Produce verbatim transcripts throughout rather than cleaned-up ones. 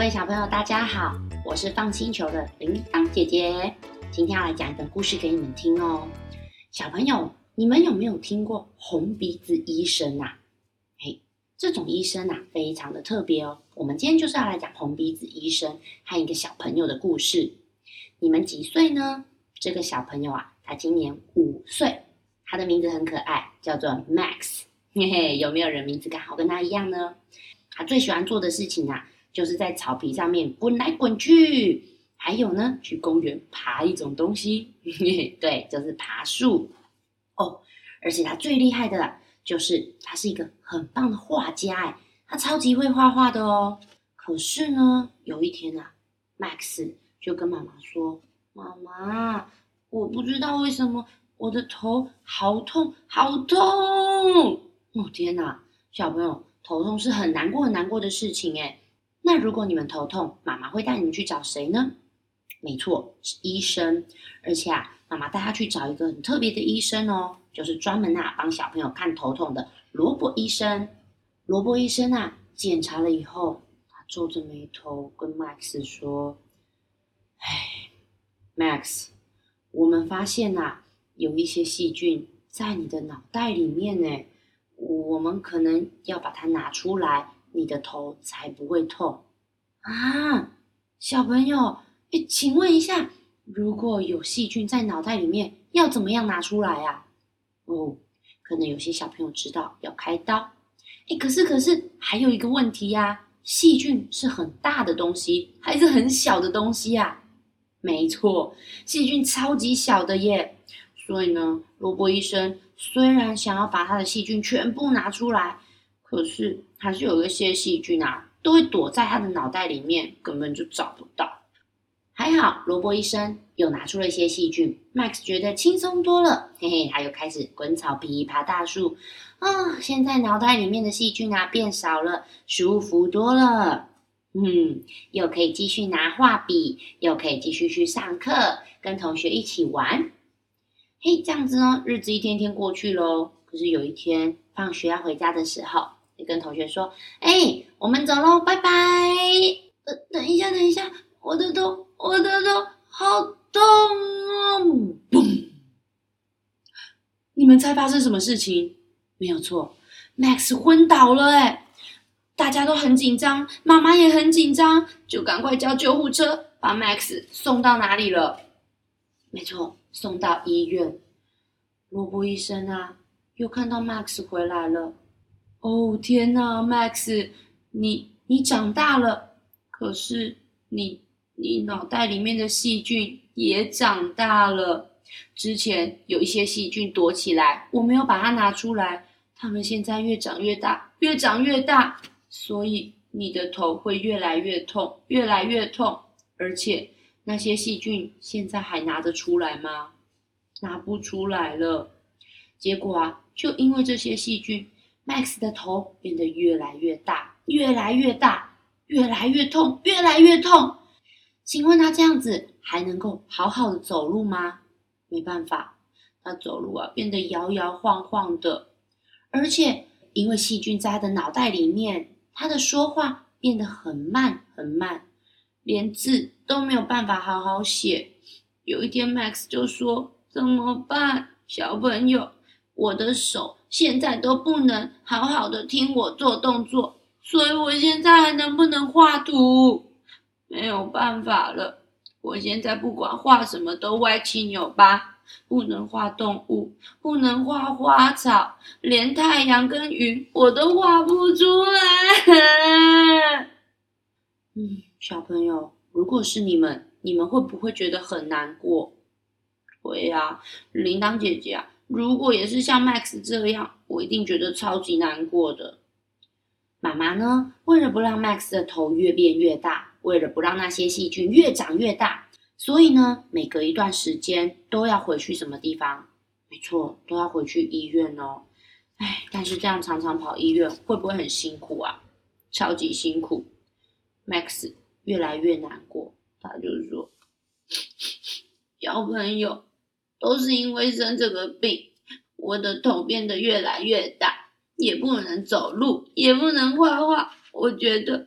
位小朋友大家好，我是放星球的铃铛姐姐，今天要来讲一本故事给你们听哦。小朋友，你们有没有听过红鼻子医生啊？嘿，这种医生啊非常的特别哦。我们今天就是要来讲红鼻子医生和一个小朋友的故事。你们几岁呢？这个小朋友啊，他今年五岁，他的名字很可爱，叫做 Max。嘿嘿，有没有人名字刚好跟他一样呢？他最喜欢做的事情啊，就是在草皮上面滚来滚去，还有呢，去公园爬一种东西，对，就是爬树哦。而且他最厉害的啦，就是他是一个很棒的画家哎，他超级会画画的哦。可是呢，有一天啊 ，Max 就跟妈妈说：“妈妈，我不知道为什么我的头好痛，好痛！”哦天哪，小朋友，头痛是很难过很难过的事情哎。那如果你们头痛，妈妈会带你们去找谁呢？没错，是医生。而且啊，妈妈带他去找一个很特别的医生哦，就是专门啊帮小朋友看头痛的萝卜医生。萝卜医生啊，检查了以后，他皱着眉头跟 Max 说：“哎 ，Max， 我们发现啊，有一些细菌在你的脑袋里面呢，我们可能要把它拿出来，你的头才不会痛。”啊，小朋友，诶，请问一下，如果有细菌在脑袋里面，要怎么样拿出来啊？哦，可能有些小朋友知道要开刀。诶，可是可是还有一个问题呀、啊，细菌是很大的东西，还是很小的东西啊？没错，细菌超级小的耶。所以呢，萝卜医生虽然想要把他的细菌全部拿出来，可是还是有一些细菌啊，都会躲在他的脑袋里面，根本就找不到。还好，萝卜医生又拿出了一些细菌 ，Max 觉得轻松多了，嘿嘿，他又开始滚草皮、爬大树啊。现在脑袋里面的细菌啊变少了，舒服多了。嗯，又可以继续拿画笔，又可以继续去上课，跟同学一起玩。嘿，这样子呢，日子一天天过去咯。可是有一天放学要回家的时候，就跟同学说：“哎，我们走咯，拜拜。”呃，等一下，等一下，我的头，我的头好痛哦！嘣！你们猜发生什么事情？没有错 ，Max 昏倒了哎！大家都很紧张，妈妈也很紧张，就赶快叫救护车把 Max 送到哪里了？没错，送到医院。萝卜医生啊，又看到 Max 回来了。哦天哪 ，Max，你你长大了，可是你你脑袋里面的细菌也长大了。之前有一些细菌躲起来，我没有把它拿出来，它们现在越长越大，越长越大，所以你的头会越来越痛，越来越痛。而且那些细菌现在还拿得出来吗？拿不出来了。结果啊，就因为这些细菌 ，Max 的头变得越来越大，越来越大，越来越痛，越来越痛。请问他这样子还能够好好的走路吗？没办法，他走路啊变得摇摇晃晃的，而且因为细菌在他的脑袋里面，他的说话变得很慢很慢，连字都没有办法好好写。有一天 Max 就说：“怎么办，小朋友？我的手现在都不能好好的听我做动作，所以我现在还能不能画图？没有办法了，我现在不管画什么都歪七扭八，不能画动物，不能画花草，连太阳跟云我都画不出来。”嗯，小朋友，如果是你们，你们会不会觉得很难过？会啊，铃铛姐姐啊，如果也是像 Max 这样，我一定觉得超级难过的。妈妈呢，为了不让 Max 的头越变越大，为了不让那些细菌越长越大，所以呢，每隔一段时间都要回去什么地方？没错，都要回去医院哦。唉，但是这样常常跑医院，会不会很辛苦啊？超级辛苦。Max 越来越难过，他就说：“小朋友。都是因为生这个病，我的头变得越来越大，也不能走路，也不能画画。我觉得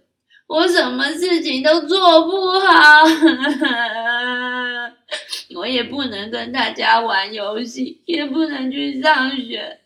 我什么事情都做不好，我也不能跟大家玩游戏，也不能去上学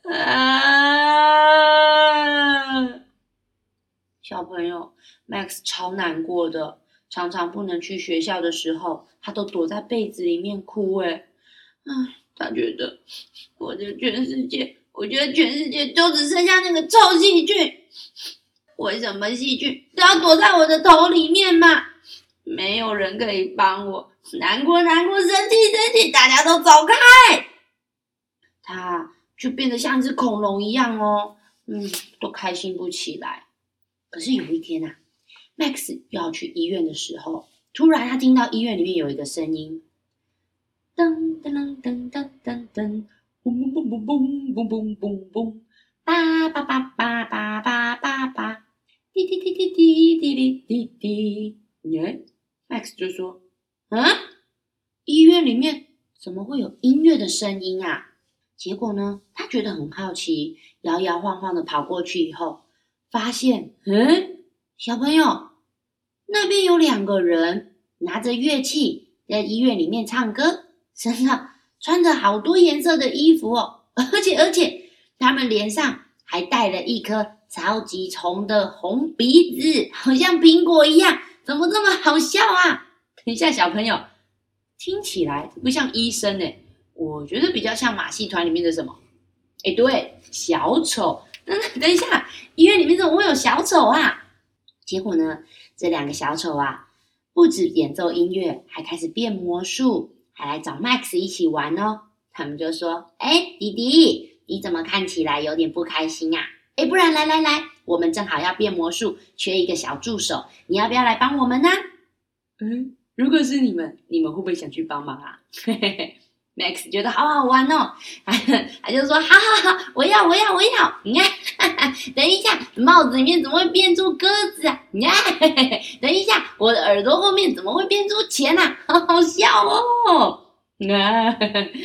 啊！小朋友 Max 超难过的，常常不能去学校的时候，他都躲在被子里面哭诶。唉，他觉得我的全世界，我觉得全世界都只剩下那个臭细菌。为什么细菌都要躲在我的头里面嘛？没有人可以帮我，难过难过，生气生气，大家都走开！他就变得像只恐龙一样哦，嗯，都开心不起来。可是有一天啊 ，Max 要去医院的时候，突然他听到医院里面有一个声音，噔噔噔噔噔噔，嘣嘣嘣嘣嘣嘣嘣嘣嘣，叭叭叭叭叭叭叭叭。滴滴滴滴滴滴滴滴滴，耶 ！Max 就说：“嗯，医院里面怎么会有音乐的声音啊？”结果呢，他觉得很好奇，摇摇晃晃的跑过去以后，发现，嗯，小朋友，那边有两个人拿着乐器在医院里面唱歌，身上穿着好多颜色的衣服哦，而且而且他们脸上还戴了一颗超级红的红鼻子，好像苹果一样，怎么这么好笑啊？等一下，小朋友，听起来不像医生诶，我觉得比较像马戏团里面的什么？诶，对，小丑。等等一下，医院里面怎么会有小丑啊？结果呢，这两个小丑啊，不止演奏音乐，还开始变魔术，还来找 Max 一起玩哦。他们就说：“诶，弟弟，你怎么看起来有点不开心啊？诶，不然来来来，我们正好要变魔术，缺一个小助手，你要不要来帮我们呢？”嗯，如果是你们，你们会不会想去帮忙啊？嘿嘿嘿 Max 觉得好好玩哦，他就说：“好好好，我要我要我要！你看，等一下，帽子里面怎么会变出鸽子啊？你看，等一下，我的耳朵后面怎么会变出钱啊？好好笑哦！”啊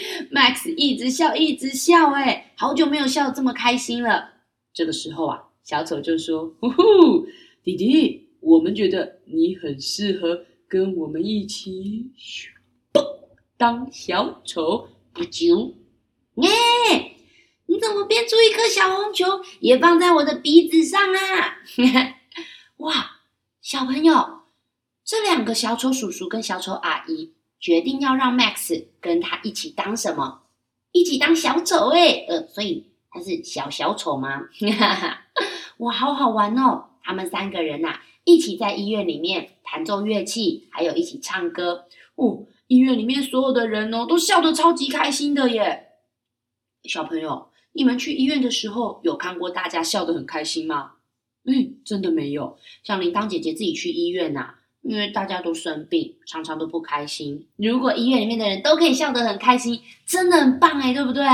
，Max 一直笑一直笑，哎，好久没有笑得这么开心了。这个时候啊，小丑就说：“呼呼，弟弟，我们觉得你很适合跟我们一起当小丑。”不久，哎，你怎么变出一颗小红球，也放在我的鼻子上啊？哇，小朋友，这两个小丑叔叔跟小丑阿姨决定要让 Max 跟他一起当什么？一起当小丑哎，呃，所以他是小小丑吗？哇，好好玩哦！他们三个人啊，一起在医院里面弹奏乐器，还有一起唱歌。哦，医院里面所有的人哦，都笑得超级开心的耶。小朋友，你们去医院的时候，有看过大家笑得很开心吗？嗯，真的没有。像铃铛姐姐自己去医院啊，因为大家都生病，常常都不开心。如果医院里面的人都可以笑得很开心，真的很棒哎，对不对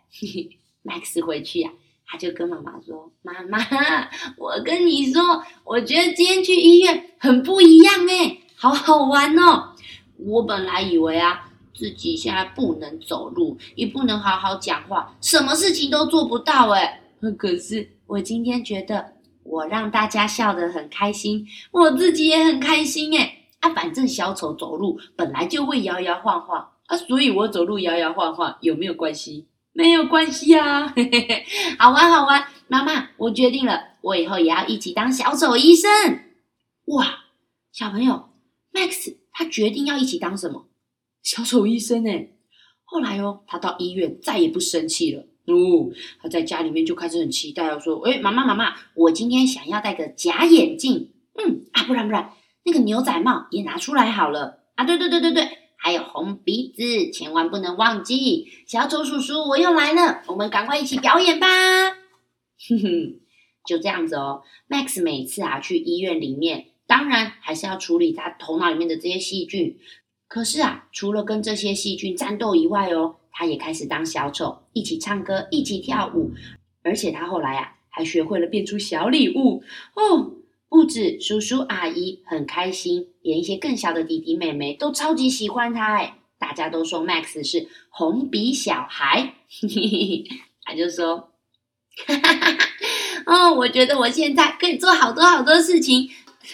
？Max 回去啊，他就跟妈妈说：“妈妈，我跟你说，我觉得今天去医院很不一样哎，好好玩哦。我本来以为啊，自己现在不能走路，也不能好好讲话，什么事情都做不到哎。可是我今天觉得，我让大家笑得很开心，我自己也很开心哎。啊，反正小丑走路本来就会摇摇晃晃啊，所以我走路摇摇晃晃有没有关系？没有关系啊，好玩好玩。妈妈，我决定了，我以后也要一起当小丑医生。哇，小朋友 ，Max 他决定要一起当什么？小丑医生哎。后来哦，他到医院再也不生气了。哦，他在家里面就开始很期待哦，说：“哎，妈妈妈妈，我今天想要戴个假眼镜。嗯啊，不然不然，那个牛仔帽也拿出来好了啊。对对对对对。”还有红鼻子，千万不能忘记。小丑叔叔，我又来了，我们赶快一起表演吧！哼哼，就这样子哦。Max 每次啊去医院里面，当然还是要处理他头脑里面的这些细菌。可是啊，除了跟这些细菌战斗以外哦，他也开始当小丑，一起唱歌，一起跳舞。而且他后来啊，还学会了变出小礼物哦。不止叔叔阿姨很开心，连一些更小的弟弟妹妹都超级喜欢他哎！大家都说 Max 是红鼻小孩，他就说：“哦，我觉得我现在可以做好多好多事情。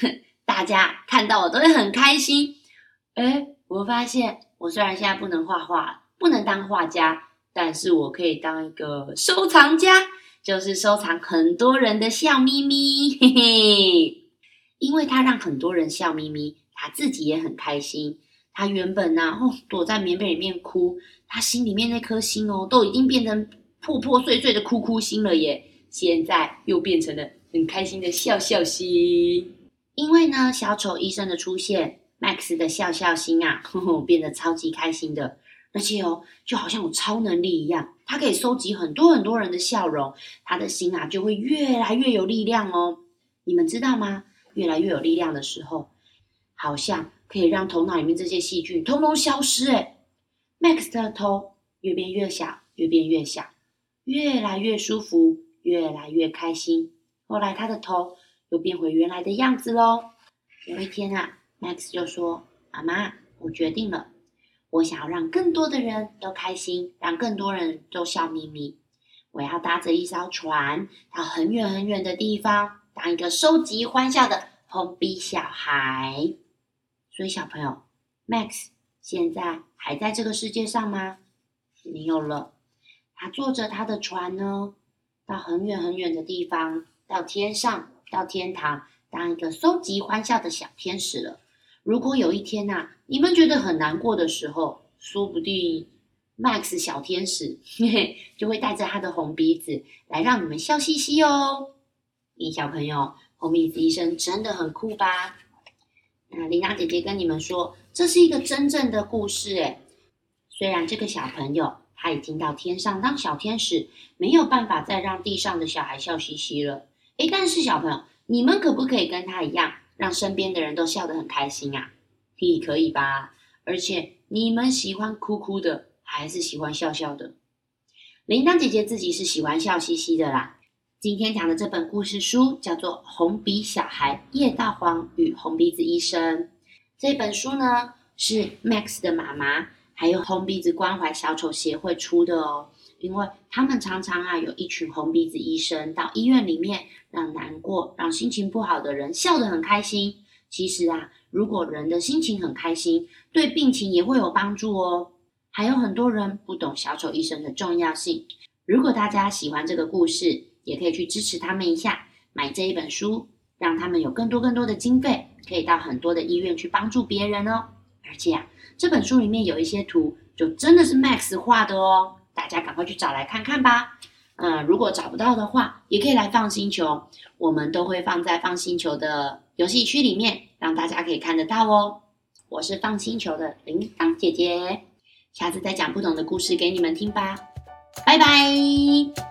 大家看到我都会很开心。诶，我发现我虽然现在不能画画，不能当画家，但是我可以当一个收藏家，就是收藏很多人的笑眯眯，嘿嘿。因为他让很多人笑眯眯，他自己也很开心。他原本啊，哦，躲在棉被里面哭，他心里面那颗心哦，都已经变成破破碎碎的哭哭心了耶。现在又变成了很开心的笑笑心。因为呢，小丑医生的出现， Max 的笑笑心啊，呵呵，变得超级开心的。而且哦，就好像有超能力一样，他可以收集很多很多人的笑容，他的心啊就会越来越有力量哦。你们知道吗？越来越有力量的时候，好像可以让头脑里面这些细菌通通消失诶。 Max 的头越变越小，越变越小，越来越舒服，越来越开心。后来他的头又变回原来的样子咯。有一天啊， Max 就说，妈妈，我决定了，我想要让更多的人都开心，让更多人都笑眯眯。我要搭着一艘船到很远很远的地方，当一个收集欢笑的红鼻小孩。所以小朋友， Max 现在还在这个世界上吗？没有了。他坐着他的船呢，到很远很远的地方，到天上，到天堂，当一个收集欢笑的小天使了。如果有一天啊，你们觉得很难过的时候，说不定 Max 小天使嘿嘿就会带着他的红鼻子来让你们笑嘻嘻哦。你小朋友，红鼻子医生真的很酷吧？那琳娜姐姐跟你们说，这是一个真正的故事诶。虽然这个小朋友他已经到天上当小天使，没有办法再让地上的小孩笑嘻嘻了。诶，但是小朋友，你们可不可以跟他一样，让身边的人都笑得很开心啊？你可以吧？而且你们喜欢哭哭的，还是喜欢笑笑的？铃铛姐姐自己是喜欢笑嘻嘻的啦。今天讲的这本故事书叫做《红鼻小孩叶道皇与红鼻子医生》。这本书呢，是 Max 的妈妈还有红鼻子关怀小丑协会出的哦。因为他们常常啊，有一群红鼻子医生到医院里面，让难过、让心情不好的人笑得很开心。其实啊，如果人的心情很开心，对病情也会有帮助哦。还有很多人不懂小丑医生的重要性。如果大家喜欢这个故事，也可以去支持他们一下，买这一本书，让他们有更多更多的经费，可以到很多的医院去帮助别人哦。而且啊，这本书里面有一些图，就真的是 Max 画的哦，大家赶快去找来看看吧。嗯，如果找不到的话，也可以来放星球，我们都会放在放星球的游戏区里面，让大家可以看得到哦。我是放星球的铃铛姐姐，下次再讲不同的故事给你们听吧，拜拜。